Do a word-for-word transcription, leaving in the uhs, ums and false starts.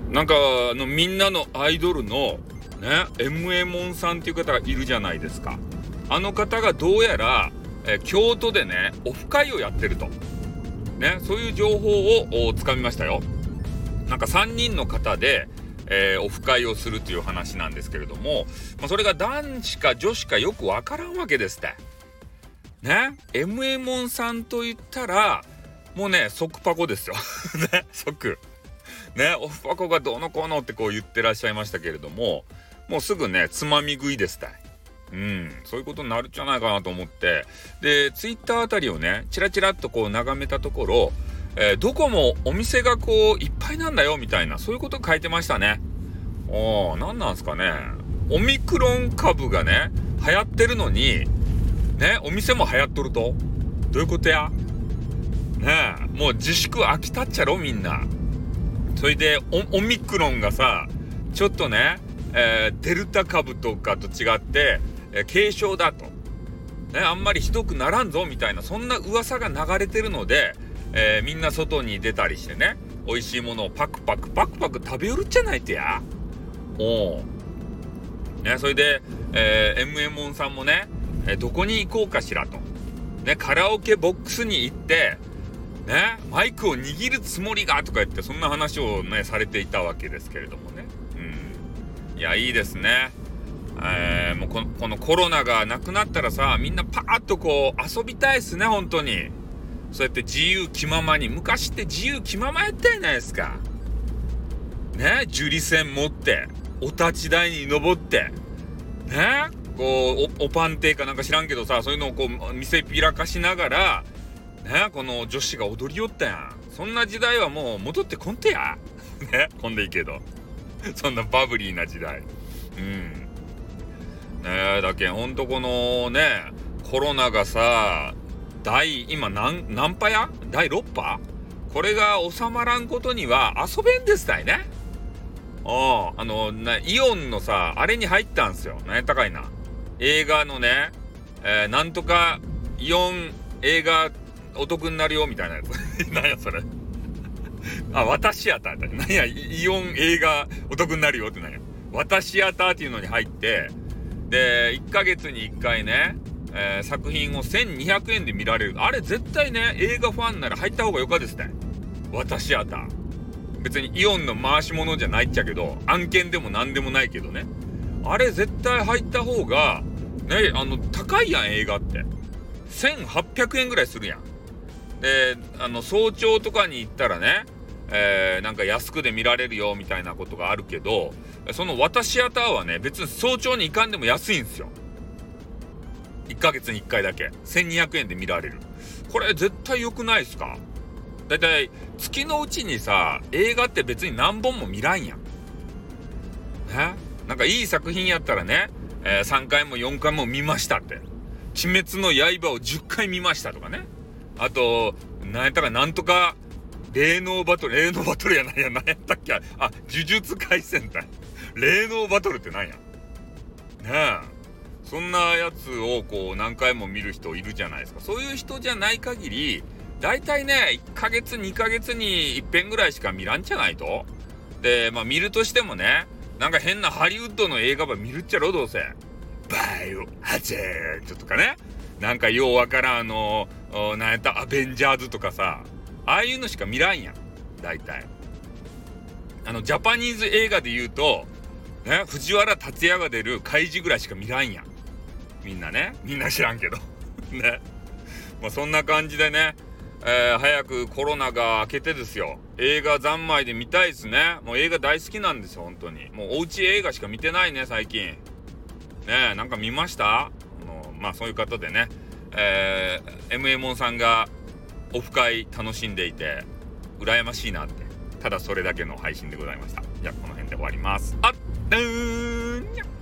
なんかあのみんなのアイドルのね、エムエモンさんっていう方がいるじゃないですか。あの方がどうやら、えー、京都でねオフ会をやってるとね、そういう情報をつかみましたよ。なんかさんにんの方で、えー、オフ会をするという話なんですけれども、まあ、それが男子か女子かよくわからんわけですってね。エムエモンさんと言ったらもうね即パコですよね、即ね、オフパコがどうのこうのってこう言ってらっしゃいましたけれども、もうすぐねつまみ食いですたい。うん、そういうことになるんじゃないかなと思って、でツイッターあたりをねチラチラっとこう眺めたところ、えー、どこもお店がこういっぱいなんだよみたいな、そういうこと書いてましたね。おー、なんなんすかね。オミクロン株がね流行ってるのにねお店も流行っとるとどういうことやねえ、もう自粛飽きたっちゃろみんな。それで オ, オミクロンがさちょっとね、えー、デルタ株とかと違ってえ軽症だと、ね、あんまりひどくならんぞみたいな、そんな噂が流れてるので、えー、みんな外に出たりしてね美味しいものをパクパクパクパク食べよるっちゃないとや。おー、ね、それで、えー、エムエモンさんもね、えー、どこに行こうかしらと、ね、カラオケボックスに行ってねマイクを握るつもりがとか言って、そんな話をねされていたわけですけれどもね。うん、いやいいですね。えー、もう こ, このコロナがなくなったらさ、みんなパーッとこう遊びたいっすね。本当にそうやって自由気ままに、昔って自由気ままやったじゃないですかね。樹里線持ってお立ち台に登ってね、こう お, おパンテーかなんか知らんけどさ、そういうのをこう見せびらかしながらね、この女子が踊りよったやん。そんな時代はもう戻ってこんてやね、こんでいいけどそんなバブリーな時代。うんねえ、だけんほんとこのねコロナがさ第今何何波やだいろく波、これが収まらんことには遊べんですたいね。ああのなイオンのさあれに入ったんすよ。何やったかいな、映画のね、えー、なんとかイオン映画お得になるよみたいなやつ何やそれあ、私やった何やイオン映画お得になるよって何や私やったっていうのに入って、でいっかげつにいっかいね、えー、作品をせんにひゃくえんで見られる。あれ絶対ね映画ファンなら入った方がよかですね。私やった別にイオンの回し物じゃないっちゃけど、案件でも何でもないけどね、あれ絶対入った方がね、あの高いやん映画ってせんはっぴゃくえんぐらいするやん。であの早朝とかに行ったらね、えー、なんか安くで見られるよみたいなことがあるけど、その私シアターはね別に早朝に行かんでも安いんですよ。いっかげつにいっかいだけせんにひゃくえんで見られる。これ絶対良くないですか。だいたい月のうちにさ映画って別に何本も見らんやんね。なんかいい作品やったらね、えー、さんかいもよんかいも見ましたって、鬼滅の刃をじゅっかい見ましたとかね、あと何やったかなんとか霊能バトル、霊能バトルやないや、何やったっけ、あ、呪術廻戦だ。霊能バトルって何やねえ、そんなやつをこう何回も見る人いるじゃないですか。そういう人じゃない限りだいたいねいっかげつにかげつにいっぺんぐらいしか見らんじゃないと。でまあ見るとしてもね、なんか変なハリウッドの映画ば見るっちゃろどうせ。バイオハザードとかね、なんかようわからんあのなんやったアベンジャーズとかさ、ああいうのしか見らんやん大体。あのジャパニーズ映画で言うとね、藤原竜也が出る怪獣ぐらいしか見らんやんみんなね。みんな知らんけどね。まあそんな感じでね、えー、早くコロナが明けてですよ、映画三昧で見たいですね。もう映画大好きなんですよ本当に。もうおうち映画しか見てないね最近ね。なんか見ました？あのまあそういう方でね、えー、エムエモンさんがオフ会楽しんでいて羨ましいなって、ただそれだけの配信でございました。じゃあこの辺で終わります。あっ、うーん。